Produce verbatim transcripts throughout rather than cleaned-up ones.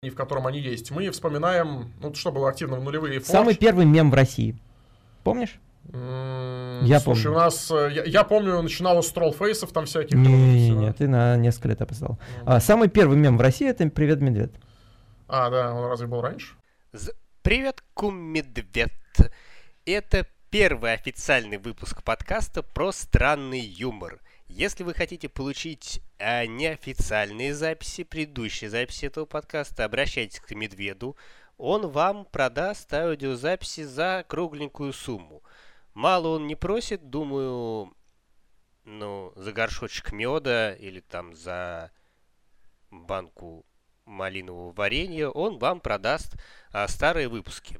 в котором они есть, мы вспоминаем, ну, что было активно в нулевые. Forge. Самый первый мем в России. Помнишь? Mm, я слушай, помню. у нас, я, я помню, начиналось с троллфейсов там всяких. Не-не-не, ты на несколько лет опоздал. Mm. А, самый первый мем в России — это «Привет, медведь». А, да, он разве был раньше? Привет, кум-медведь. Это первый официальный выпуск подкаста про странный юмор. Если вы хотите получить а, неофициальные записи, предыдущие записи этого подкаста, обращайтесь к Медведу. Он вам продаст аудиозаписи за кругленькую сумму. Мало он не просит, думаю, ну, за горшочек меда или там за банку малинового варенья он вам продаст а, старые выпуски.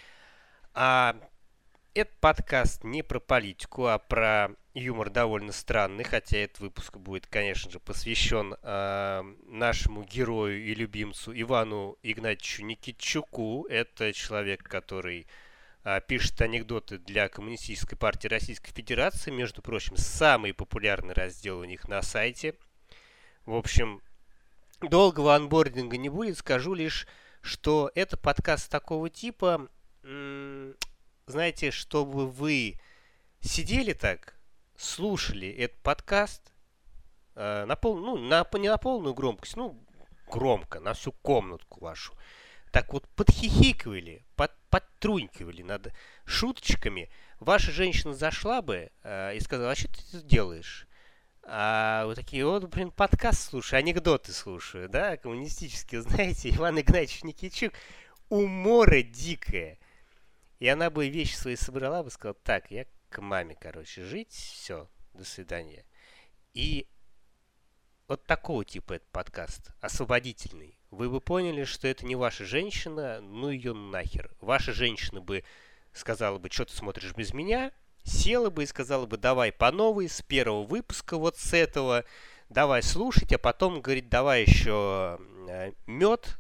А этот подкаст не про политику, а про юмор довольно странный, хотя этот выпуск будет, конечно же, посвящен э, нашему герою и любимцу Ивану Игнатьевичу Никитчуку. Это человек, который э, пишет анекдоты для Коммунистической партии Российской Федерации. Между прочим, самый популярный раздел у них на сайте. В общем, долгого анбординга не будет. Скажу лишь, что это подкаст такого типа, м- знаете, чтобы вы сидели так, слушали этот подкаст э, на пол, ну, на, не на полную громкость, ну, громко, на всю комнатку вашу. Так вот, подхихикивали, под, подтрунькивали над шуточками. Ваша женщина зашла бы э, и сказала: а что ты тут делаешь? А вы такие: вот, блин, подкаст слушаю, анекдоты слушаю, да, коммунистические, знаете, Иван Игнатьевич Никитчук, умора дикая. И она бы вещи свои собрала бы, сказала: так, я к маме, короче, жить, все, до свидания. И вот такого типа этот подкаст, освободительный. Вы бы поняли, что это не ваша женщина, ну ее нахер. Ваша женщина бы сказала бы: что ты смотришь без меня? Села бы и сказала бы: давай по новой, с первого выпуска вот с этого, давай слушать, а потом говорит: давай еще мед,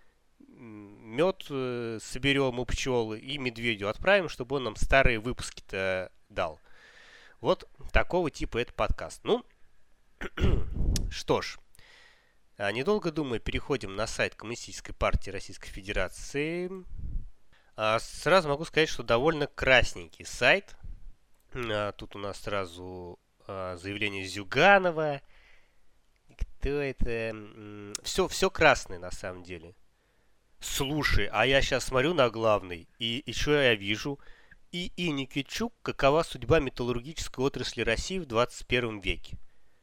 мед соберем у пчелы и медведю отправим, чтобы он нам старые выпуски-то дал. Вот такого типа это подкаст. Ну, что ж, недолго думая, переходим на сайт Коммунистической партии Российской Федерации. Сразу могу сказать, что довольно красненький сайт. Тут у нас сразу заявление Зюганова. Кто это? Все, все красное на самом деле. Слушай, а я сейчас смотрю на главный, и, и что я вижу? И. И. Никитчук: какова судьба металлургической отрасли России в двадцать первом веке?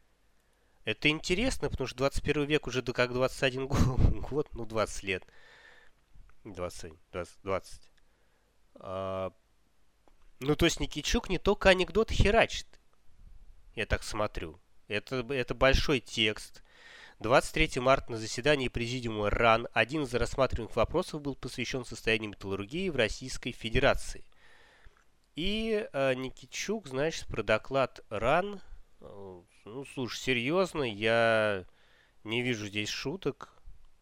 Это интересно, потому что двадцать первый век уже как двадцать один год, ну двадцать лет. двадцать, двадцать, двадцать. А, ну, то есть Никитчук не только анекдоты херачит. Я так смотрю. Это, это большой текст. двадцать третьего марта на заседании Президиума РАН один из рассматриваемых вопросов был посвящен состоянию металлургии в Российской Федерации. И э, Никитчук, значит, про доклад РАН. Э, ну, слушай, серьезно, я не вижу здесь шуток.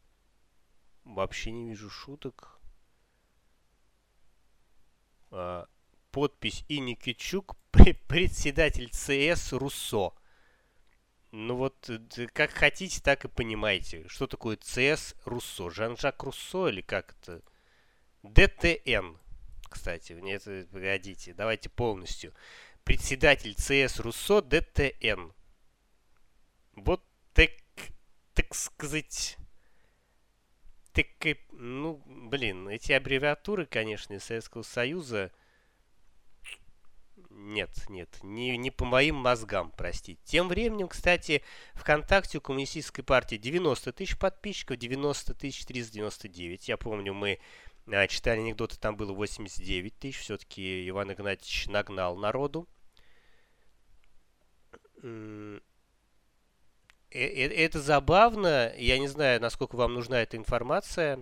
Вообще не вижу шуток. Э, подпись: И. Никитчук, председатель ЦС Руссо. Ну вот, как хотите, так и понимаете. Что такое ЦС Руссо? Жан-Жак Руссо или как это? ДТН, кстати. Нет, погодите, давайте полностью. Председатель ЦС Руссо ДТН. Вот так, так сказать... Так, ну, блин, эти аббревиатуры, конечно, из Советского Союза... Нет, нет, не, не по моим мозгам, простите. Тем временем, кстати, ВКонтакте у Коммунистической партии девяносто тысяч подписчиков, девяносто тысяч триста девяносто девять. Я помню, мы а, читали анекдоты, там было восемьдесят девять тысяч. Все-таки Иван Игнатьевич нагнал народу. Это забавно. Я не знаю, насколько вам нужна эта информация.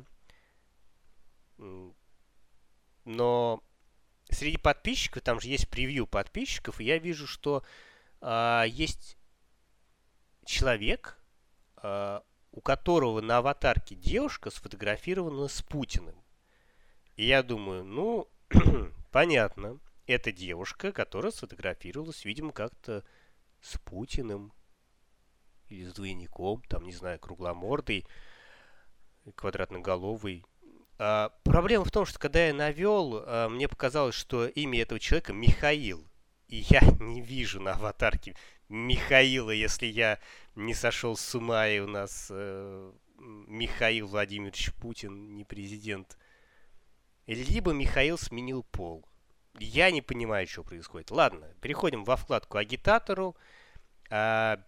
Но... Среди подписчиков, там же есть превью подписчиков, и я вижу, что э, есть человек, э, у которого на аватарке девушка сфотографирована с Путиным. И я думаю, ну, понятно, это девушка, которая сфотографировалась, видимо, как-то с Путиным или с двойником, там, не знаю, кругломордой. квадратноголовый. А, проблема в том, что когда я навел, а, мне показалось, что имя этого человека Михаил. И я не вижу на аватарке Михаила, если я не сошел с ума, и у нас э, Михаил Владимирович Путин не президент. Либо Михаил сменил пол. Я не понимаю, что происходит. Ладно, переходим во вкладку «Агитатору». А,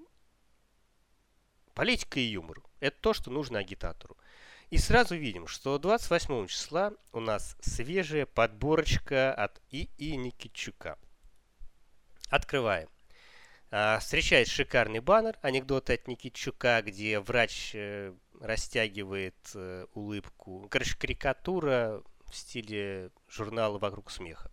политика и юмор. Это то, что нужно агитатору. И сразу видим, что двадцать восьмого числа у нас свежая подборочка от И И Никитчука. Открываем. А, встречает шикарный баннер, анекдоты от Никитчука, где врач э, растягивает э, улыбку. Короче, карикатура в стиле журнала «Вокруг смеха».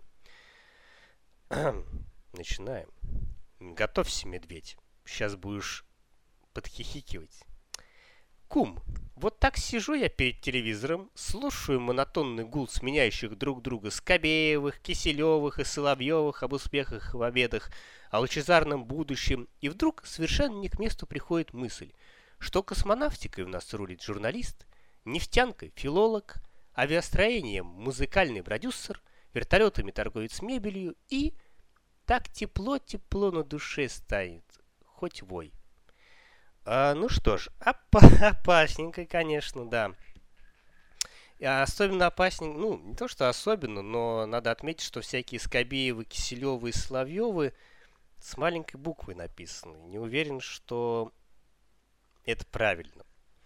Начинаем. Готовься, медведь. Сейчас будешь подхихикивать. Кум, вот так сижу я перед телевизором, слушаю монотонный гул сменяющих друг друга Скобеевых, Киселевых и Соловьевых об успехах в обедах, о лучезарном будущем, и вдруг совершенно не к месту приходит мысль, что космонавтикой у нас рулит журналист, нефтянкой филолог, авиастроением музыкальный продюсер, вертолетами торговец мебелью, и так тепло-тепло на душе станет, хоть вой. А, ну что ж, опа- опасненько, конечно, да. А особенно опасненько, ну, не то что особенно, но надо отметить, что всякие Скобеевы, Киселевы и Соловьевы с маленькой буквой написаны. Не уверен, что это правильно.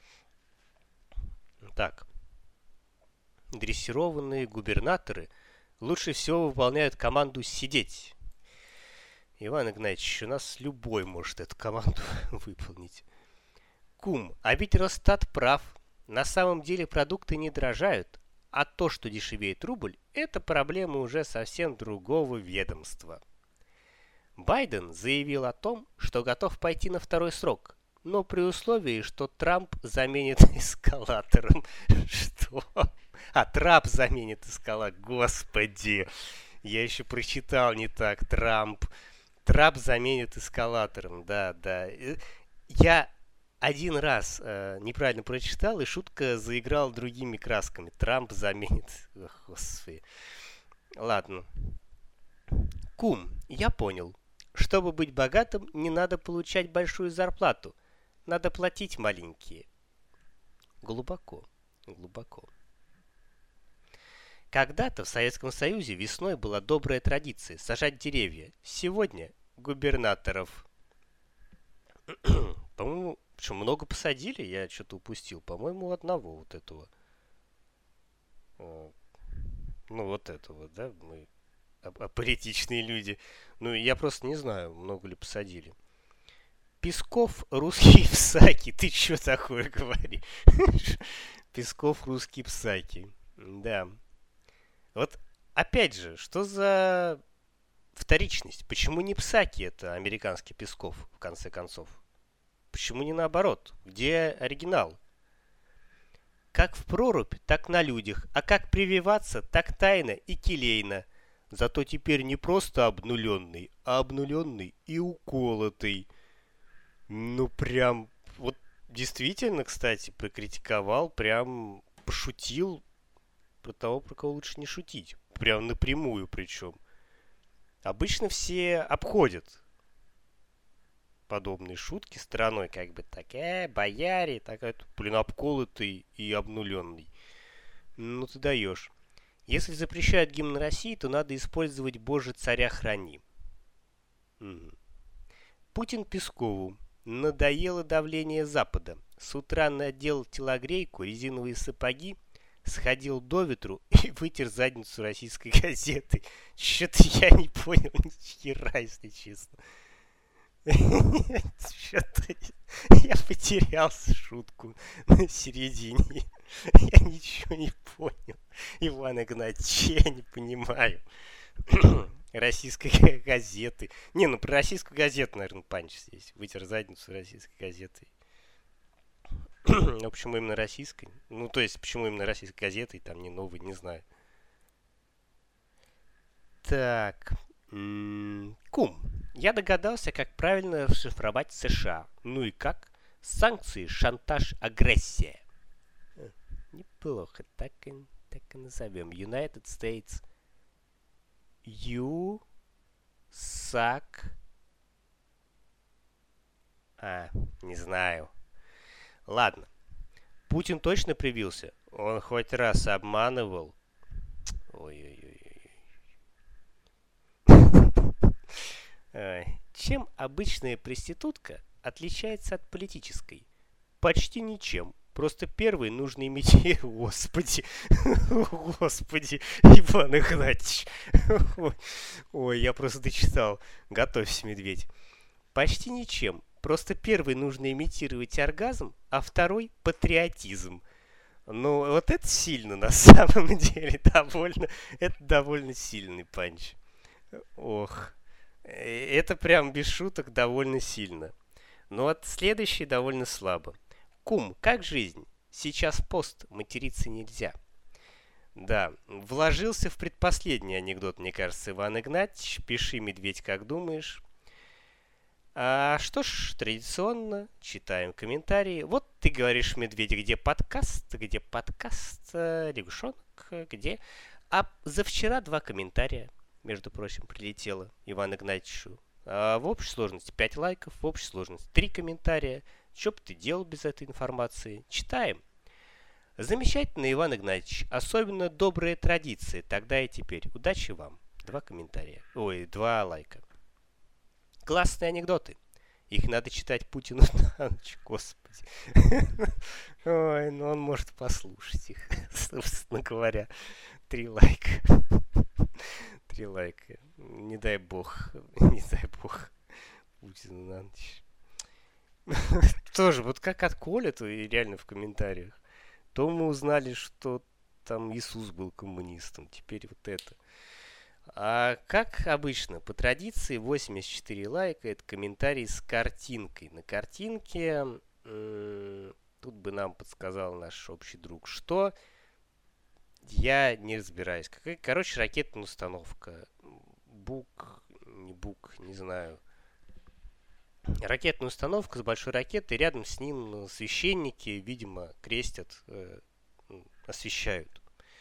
Так. Дрессированные губернаторы лучше всего выполняют команду «сидеть». Иван Игнатьевич, у нас любой может эту команду выполнить. Кум, а ведь Росстат прав. На самом деле продукты не дорожают, а то, что дешевеет рубль, это проблема уже совсем другого ведомства. Байден заявил о том, что готов пойти на второй срок, но при условии, что Трамп заменит эскалатором. Что? А, Трамп заменит эскалатор. Господи, я еще прочитал не так. Трамп. Трамп заменит эскалатором. Да, да. Я один раз э, неправильно прочитал, и шутка заиграла другими красками. Трамп заменит. Ох, господи. Ладно. Кум, я понял. Чтобы быть богатым, не надо получать большую зарплату. Надо платить маленькие. Глубоко. Глубоко. Когда-то в Советском Союзе весной была добрая традиция сажать деревья. Сегодня губернаторов. По-моему, что, много посадили? Я что-то упустил. По-моему, одного вот этого. Ну, вот этого, да? Мы аполитичные люди. Ну, я просто не знаю, много ли посадили. Песков, русские псаки. Ты что такое говоришь? Песков, русские псаки. Да. Вот, опять же, что за вторичность? Почему не псаки это американский Песков, в конце концов? Почему не наоборот? Где оригинал? Как в прорубь, так на людях. А как прививаться, так тайно и келейно. Зато теперь не просто обнуленный, а обнуленный и уколотый. Ну, прям, вот действительно, кстати, покритиковал, прям пошутил про того, про кого лучше не шутить. Прям напрямую причем. Обычно все обходят подобные шутки стороной, как бы так, э, бояре, такая, блин, обколотый и обнуленный. Ну ты даешь. Если запрещают гимн России, то надо использовать «Боже, царя храни». Угу. Путин Пескову. Надоело давление Запада. С утра надел телогрейку, резиновые сапоги, сходил до ветру и вытер задницу российской газеты. Что-то я не понял ни хера, если честно. Что-то я потерялся шутку на середине. Я ничего не понял. Иван Игнатьевич, я не понимаю. Российской газеты. Не, ну про российскую газету, наверное, панч здесь. Вытер задницу российской газетой. Но почему именно российской? Ну, то есть, почему именно российской газетой, там не новой, не знаю. Так. М-м, кум, я догадался, как правильно расшифровать США. Ну и как? Санкции, шантаж, агрессия. неплохо. Так и, так и назовем. United States. You suck. А, не знаю. Ладно. Путин точно привился? Он хоть раз обманывал? Ой-ой-ой. Чем обычная проститутка отличается от политической? Почти ничем. Просто первый нужно иметь... Господи. Господи. Иван Игнатьевич. Ой. Ой, я просто дочитал. Готовься, медведь. Почти ничем. Просто первый нужно имитировать оргазм, а второй — патриотизм. Ну, вот это сильно на самом деле. Довольно... Это довольно сильный панч. Ох. Это прям без шуток довольно сильно. Но вот следующий довольно слабо. Кум, как жизнь? Сейчас пост, материться нельзя. Да, вложился в предпоследний анекдот, мне кажется, Иван Игнатьевич. Пиши, медведь, как думаешь. А, что ж, традиционно читаем комментарии. Вот ты говоришь, медведь, где подкаст? Где подкаст? Лягушонок, где? А за вчера два комментария, между прочим, прилетело Ивану Игнатьевичу. А в общей сложности пять лайков, в общей сложности три комментария. Что бы ты делал без этой информации? Читаем. Замечательно, Иван Игнатьевич. Особенно добрые традиции. Тогда и теперь. Удачи вам. Два комментария. Ой, два лайка. Классные анекдоты. Их надо читать Путину на ночь. Господи. Ой, ну он может послушать их. Собственно говоря. Три лайка. Три лайка. Не дай бог. Не дай бог. Путину на ночь. Тоже, вот как отколят и реально в комментариях. То мы узнали, что там Иисус был коммунистом. Теперь вот это. А как обычно, по традиции, восемьдесят четыре лайка — это комментарий с картинкой. На картинке м- тут бы нам подсказал наш общий друг, что я не разбираюсь. Какая, короче, ракетная установка. Бук, не бук, не знаю. Ракетная установка с большой ракетой, рядом с ним священники, видимо, крестят, э, освещают.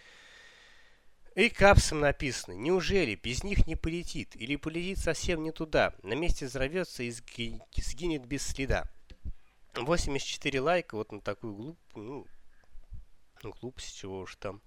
И капсом написано: неужели без них не полетит? Или полетит совсем не туда? На месте взорвется и сги- сгинет без следа. восемьдесят четыре лайка вот на такую глуп... ну, глупость, чего уж там.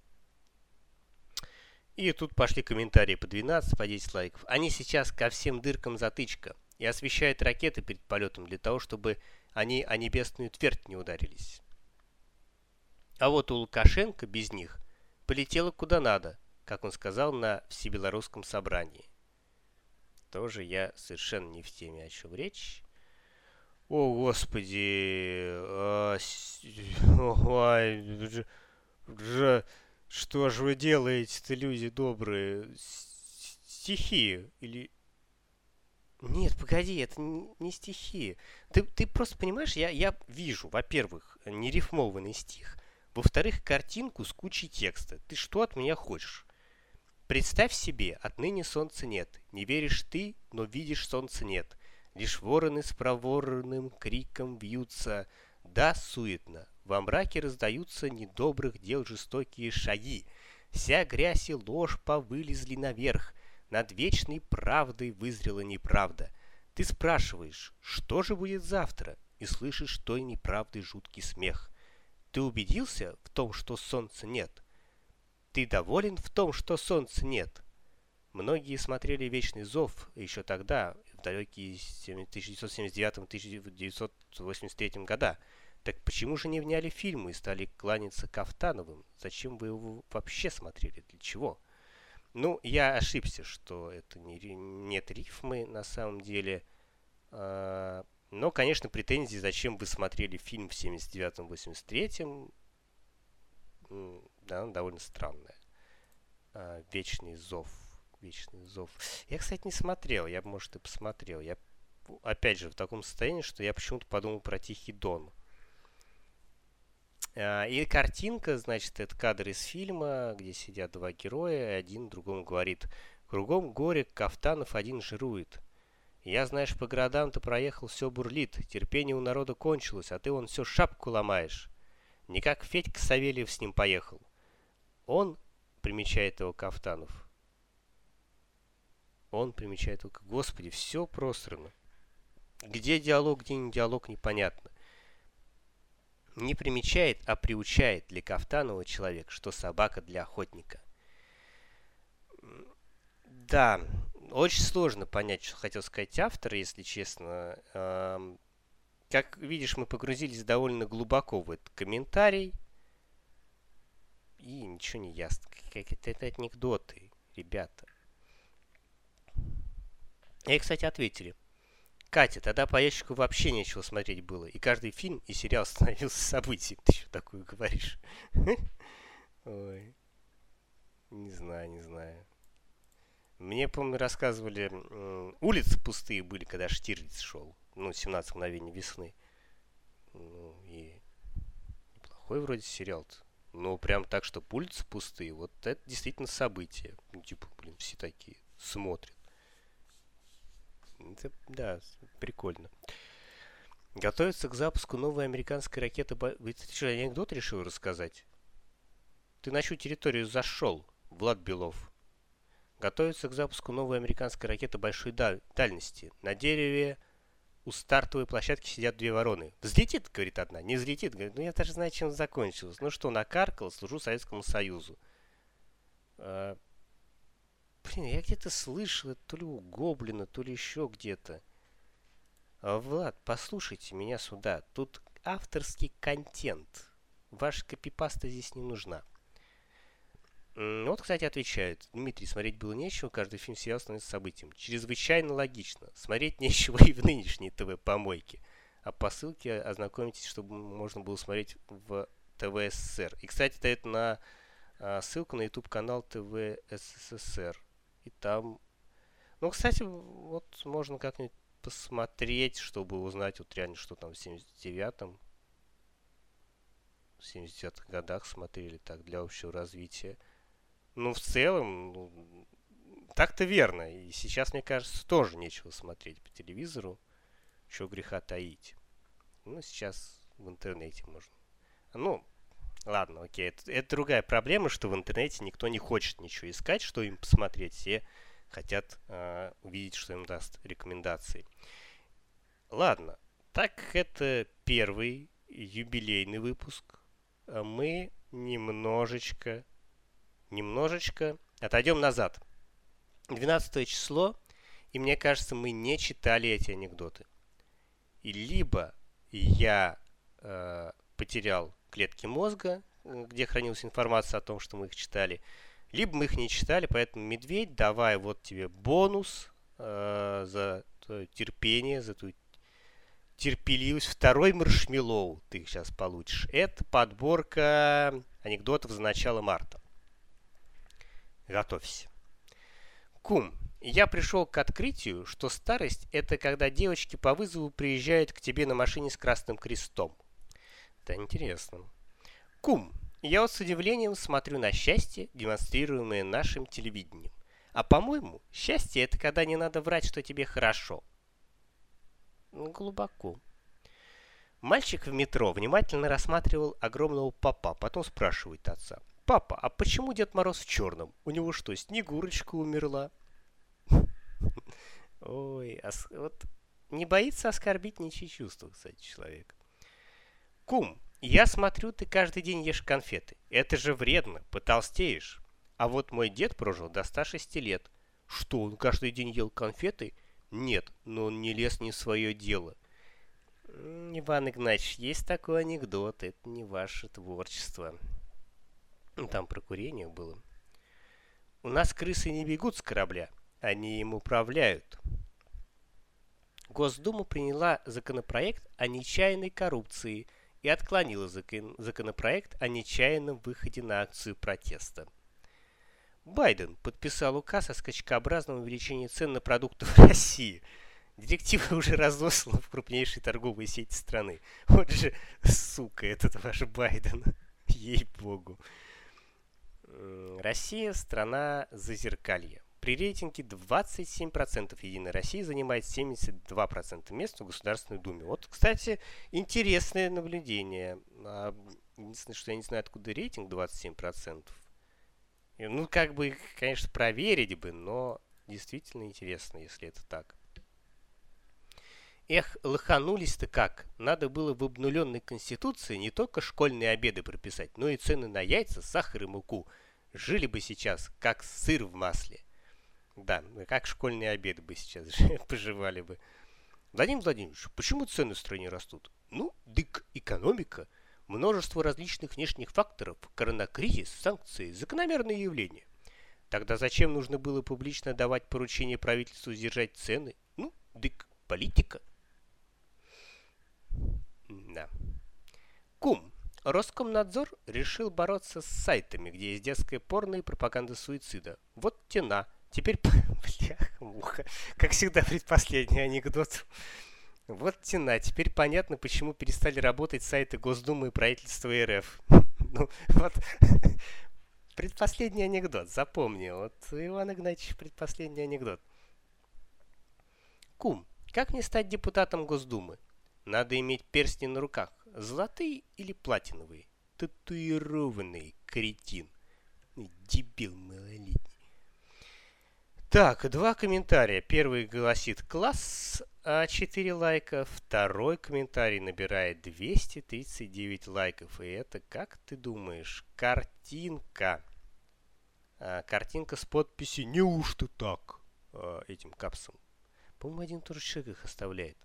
И тут пошли комментарии по двенадцать, по десять лайков. Они сейчас ко всем дыркам затычка. И освещают ракеты перед полетом для того, чтобы они о небесную твердь не ударились. А вот у Лукашенко без них полетело куда надо, как он сказал на всебелорусском собрании. Тоже я совершенно не в теме, о чем речь. О, Господи! А, с... Ой, что же вы делаете-то, люди добрые? Стихи или... Нет, погоди, это не стихи. Ты, ты просто понимаешь, я, я вижу, во-первых, нерифмованный стих, во-вторых, картинку с кучей текста. Ты что от меня хочешь? Представь себе, отныне солнца нет. Не веришь ты, но видишь, солнца нет. Лишь вороны с проворным криком вьются. Да, суетно, во мраке раздаются недобрых дел жестокие шаги. Вся грязь и ложь повылезли наверх. Над вечной правдой вызрела неправда. Ты спрашиваешь, что же будет завтра, и слышишь той неправды жуткий смех. Ты убедился в том, что солнца нет? Ты доволен в том, что солнца нет? Многие смотрели «Вечный зов» еще тогда, в далекие тысяча девятьсот семьдесят девятом — тысяча девятьсот восемьдесят третьем года. Так почему же не вняли фильму и стали кланяться Кафтановым? Зачем вы его вообще смотрели? Для чего? Ну, я ошибся, что это не, нет рифмы на самом деле. А, но, конечно, претензии, зачем вы смотрели фильм в семьдесят девятом — восемьдесят третьем, да, довольно странная. А, «Вечный зов». «Вечный зов». Я, кстати, не смотрел. Я бы, может, и посмотрел. Я, опять же, в таком состоянии, что я почему-то подумал про «Тихий Дон». И картинка, значит, это кадр из фильма, где сидят два героя, и один другому говорит: «Кругом горе, Кафтанов один жирует. Я, знаешь, по городам-то проехал, все бурлит, терпение у народа кончилось, а ты вон все шапку ломаешь. Не как Федька Савельев с ним поехал. Он примечает его Кафтанов. Он примечает его... Господи, все просрано. Где диалог, где не диалог, непонятно. Не примечает, а приучает для Кафтанова человек, что собака для охотника. Да, очень сложно понять, что хотел сказать автор, если честно. Как видишь, мы погрузились довольно глубоко в этот комментарий. И ничего не ясно. Какие-то это анекдоты, ребята. И, кстати, ответили. Катя, тогда по ящику вообще нечего смотреть было. И каждый фильм и сериал становился событием. Ты что такое говоришь? Ой. Не знаю, не знаю. Мне, помню, рассказывали, улицы пустые были, когда Штирлиц шел. Ну, семнадцать мгновений весны. Ну, и неплохой вроде сериал-то. Но прям так, что улицы пустые, вот это действительно событие. Ну, типа, блин, все такие смотрят. Это, да, прикольно. Готовится к запуску новой американской ракеты... Вы ты что, анекдот решил рассказать? Ты на чью территорию зашел, Влад Белов? Готовится к запуску новой американской ракеты большой даль- дальности. На дереве у стартовой площадки сидят две вороны. Взлетит, говорит одна. Не взлетит. Говорит, ну я даже знаю, чем закончилось. Ну что, накаркал, служу Советскому Союзу. А, блин, я где-то слышал, это то ли у Гоблина, то ли еще где-то. А, Влад, послушайте меня сюда. Тут авторский контент. Ваша копипаста здесь не нужна. Вот, кстати, отвечают. Дмитрий, смотреть было нечего, каждый фильм, сериал становится событием. Чрезвычайно логично. Смотреть нечего и в нынешней ТВ-помойке. А по ссылке ознакомитесь, чтобы можно было смотреть в ТВ СССР. И, кстати, дает на а, ссылку на YouTube-канал ТВ СССР. И там... Ну, кстати, вот можно как-нибудь посмотреть, чтобы узнать вот реально, что там в семьдесят девятом, в семьдесят девятых годах смотрели так для общего развития. Ну, в целом, ну, так-то верно. И сейчас, мне кажется, тоже нечего смотреть по телевизору. Чего греха таить. Ну, сейчас в интернете можно. Ну, ладно, окей. Это, это другая проблема, что в интернете никто не хочет ничего искать, что им посмотреть. Все хотят э, увидеть, что им даст рекомендации. Ладно. Так, это первый юбилейный выпуск. А мы немножечко... Немножечко отойдем назад. двенадцатое число, и мне кажется, мы не читали эти анекдоты. И либо я э, потерял клетки мозга, где хранилась информация о том, что мы их читали, либо мы их не читали, поэтому, Медведь, давай вот тебе бонус э, за твое терпение, за твою терпеливость. Второй маршмеллоу ты сейчас получишь. Это подборка анекдотов за начало марта. Готовься. Кум, я пришел к открытию, что старость – это когда девочки по вызову приезжают к тебе на машине с красным крестом. Это интересно. Кум, я вот с удивлением смотрю на счастье, демонстрируемое нашим телевидением. А по-моему, счастье – это когда не надо врать, что тебе хорошо. Ну, глубоко. Мальчик в метро внимательно рассматривал огромного попа, потом спрашивает отца. «Папа, а почему Дед Мороз в черном? У него что, Снегурочка умерла?» Ой, ос... вот не боится оскорбить ничьи чувства, кстати, человек. Кум, я смотрю, ты каждый день ешь конфеты. Это же вредно, потолстеешь. А вот мой дед прожил до ста шести лет. Что, он каждый день ел конфеты? Нет, но он не лез не в свое дело. Иван Игнатьевич, есть такой анекдот, это не ваше творчество. Там про курение было. У нас крысы не бегут с корабля, они им управляют. Госдума приняла законопроект о нечаянной коррупции и отклонила закон- законопроект о нечаянном выходе на акцию протеста. Байден подписал указ о скачкообразном увеличении цен на продукты в России. Директива уже разослана в крупнейшие торговые сети страны. Вот же, сука, этот ваш Байден. Ей-богу. Россия – страна зазеркалья. При рейтинге двадцать семь процентов Единой России занимает семьдесят два процента мест в Государственной Думе. Вот, кстати, интересное наблюдение. Единственное, что я не знаю, откуда рейтинг двадцать семь процентов. И, ну, как бы, конечно, проверить бы, но действительно интересно, если это так. Эх, лоханулись-то как. Надо было в обнуленной конституции не только школьные обеды прописать, но и цены на яйца, сахар и муку. Жили бы сейчас, как сыр в масле. Да, как школьные обеды бы сейчас поживали бы. Владимир Владимирович, почему цены в стране растут? Ну, дык экономика. Множество различных внешних факторов, коронакризис, санкции, закономерные явления. Тогда зачем нужно было публично давать поручение правительству сдержать цены? Ну, дык политика. Да. Кум. Роскомнадзор решил бороться с сайтами, где есть детское порно и пропаганда суицида. Вот тена. Теперь, бляха-муха, как всегда, предпоследний анекдот. Вот тена. Теперь понятно, почему перестали работать сайты Госдумы и правительства РФ. Ну, вот, предпоследний анекдот, запомни. Вот Иван Игнатьевич, предпоследний анекдот. Кум, как мне стать депутатом Госдумы? Надо иметь перстни на руках. Золотые или платиновые? Татуированные, кретин. Дебил малолетний. Так, два комментария. Первый гласит класс, четыре лайка. Второй комментарий набирает двести тридцать девять лайков. И это, как ты думаешь, картинка. А, картинка с подписью «Неужто так?» а, этим капсом. По-моему, один и тот же человек их оставляет.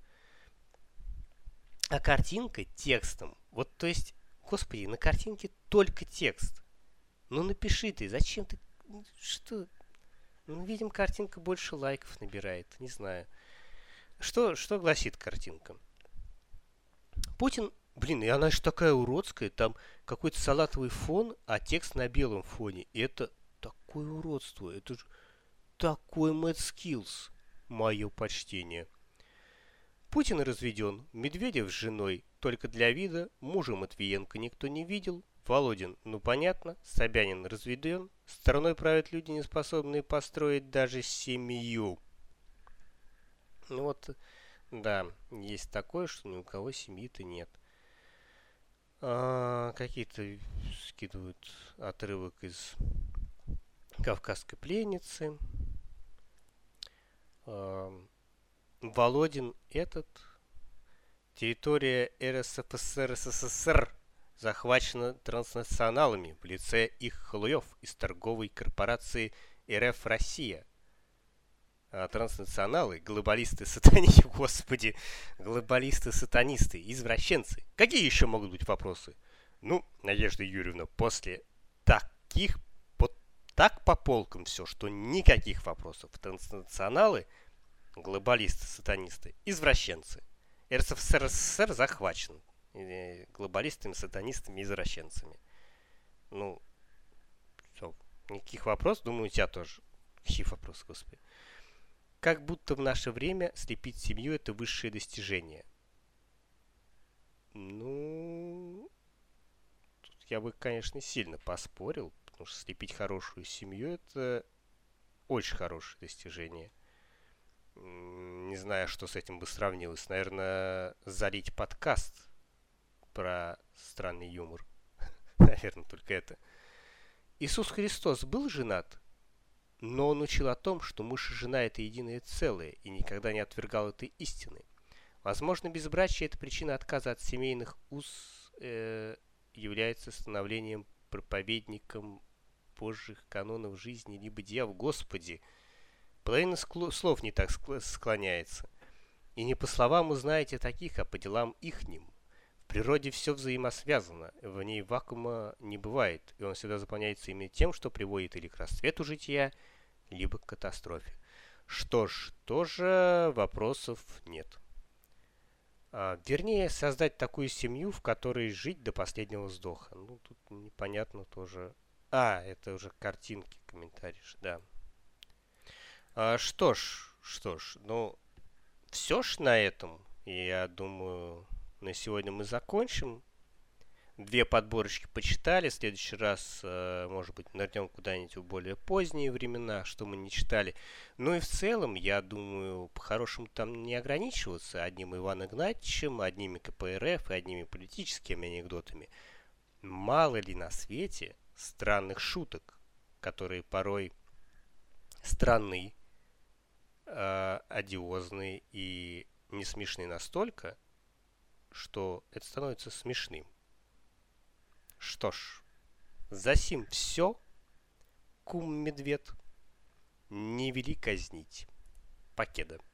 А картинка текстом. Вот, то есть, господи, на картинке только текст. Ну напиши ты, зачем ты... Что... Ну, видим, картинка больше лайков набирает. Не знаю. Что, что гласит картинка? Путин... Блин, и она же такая уродская. Там какой-то салатовый фон, а текст на белом фоне. И это такое уродство. Это же такой mad skills. Мое почтение. Путин разведен. Медведев с женой только для вида. Мужа Матвиенко никто не видел. Володин, ну понятно, Собянин разведен, страной правят люди, не способные построить даже семью. Ну вот, да, есть такое, что ни у кого семьи-то нет. А, какие-то скидывают отрывок из «Кавказской пленницы». А, Володин этот, территория РСФСР СССР захвачена транснационалами в лице их халуев из торговой корпорации РФ Россия. А транснационалы, глобалисты, сатанисты, господи, глобалисты, сатанисты, извращенцы. Какие еще могут быть вопросы? Ну, Надежда Юрьевна, после таких, вот так по полкам все, что никаких вопросов. Транснационалы, глобалисты, сатанисты, извращенцы. РСФСР СССР захвачен глобалистами, сатанистами, извращенцами. Ну, все. Никаких вопросов. Думаю, у тебя тоже. Какие вопросы, господи. Как будто в наше время слепить семью — это высшее достижение. Ну, тут я бы, конечно, сильно поспорил, потому что слепить хорошую семью — это очень хорошее достижение. Не знаю, что с этим бы сравнилось. Наверное, залить подкаст про странный юмор. Наверное, только это. Иисус Христос был женат, но он учил о том, что муж и жена — это единое целое, и никогда не отвергал этой истины. Возможно, безбрачие — это причина отказа от семейных уз, э, является становлением проповедником Божьих канонов жизни, либо дьявол. Господи, половина скло- слов не так склоняется. И не по словам узнаете таких, а по делам ихним. В природе все взаимосвязано, в ней вакуума не бывает, и он всегда заполняется именно тем, что приводит или к расцвету жития, либо к катастрофе. Что ж, тоже вопросов нет. А, вернее, создать такую семью, в которой жить до последнего вздоха. Ну, тут непонятно тоже. А, это уже картинки, комментарии, да. А, что ж, что ж, ну, все ж на этом, я думаю... На сегодня мы закончим. Две подборочки почитали. В следующий раз, может быть, нырнем куда-нибудь в более поздние времена, что мы не читали. Ну и в целом, я думаю, по-хорошему там не ограничиваться одним Иваном Игнатьевичем, одними КПРФ и одними политическими анекдотами. мало ли на свете странных шуток, которые порой странные, э, одиозные и не смешны настолько, что это становится смешным. Что ж, засим все, кум-медвед, не вели казнить. Покеда.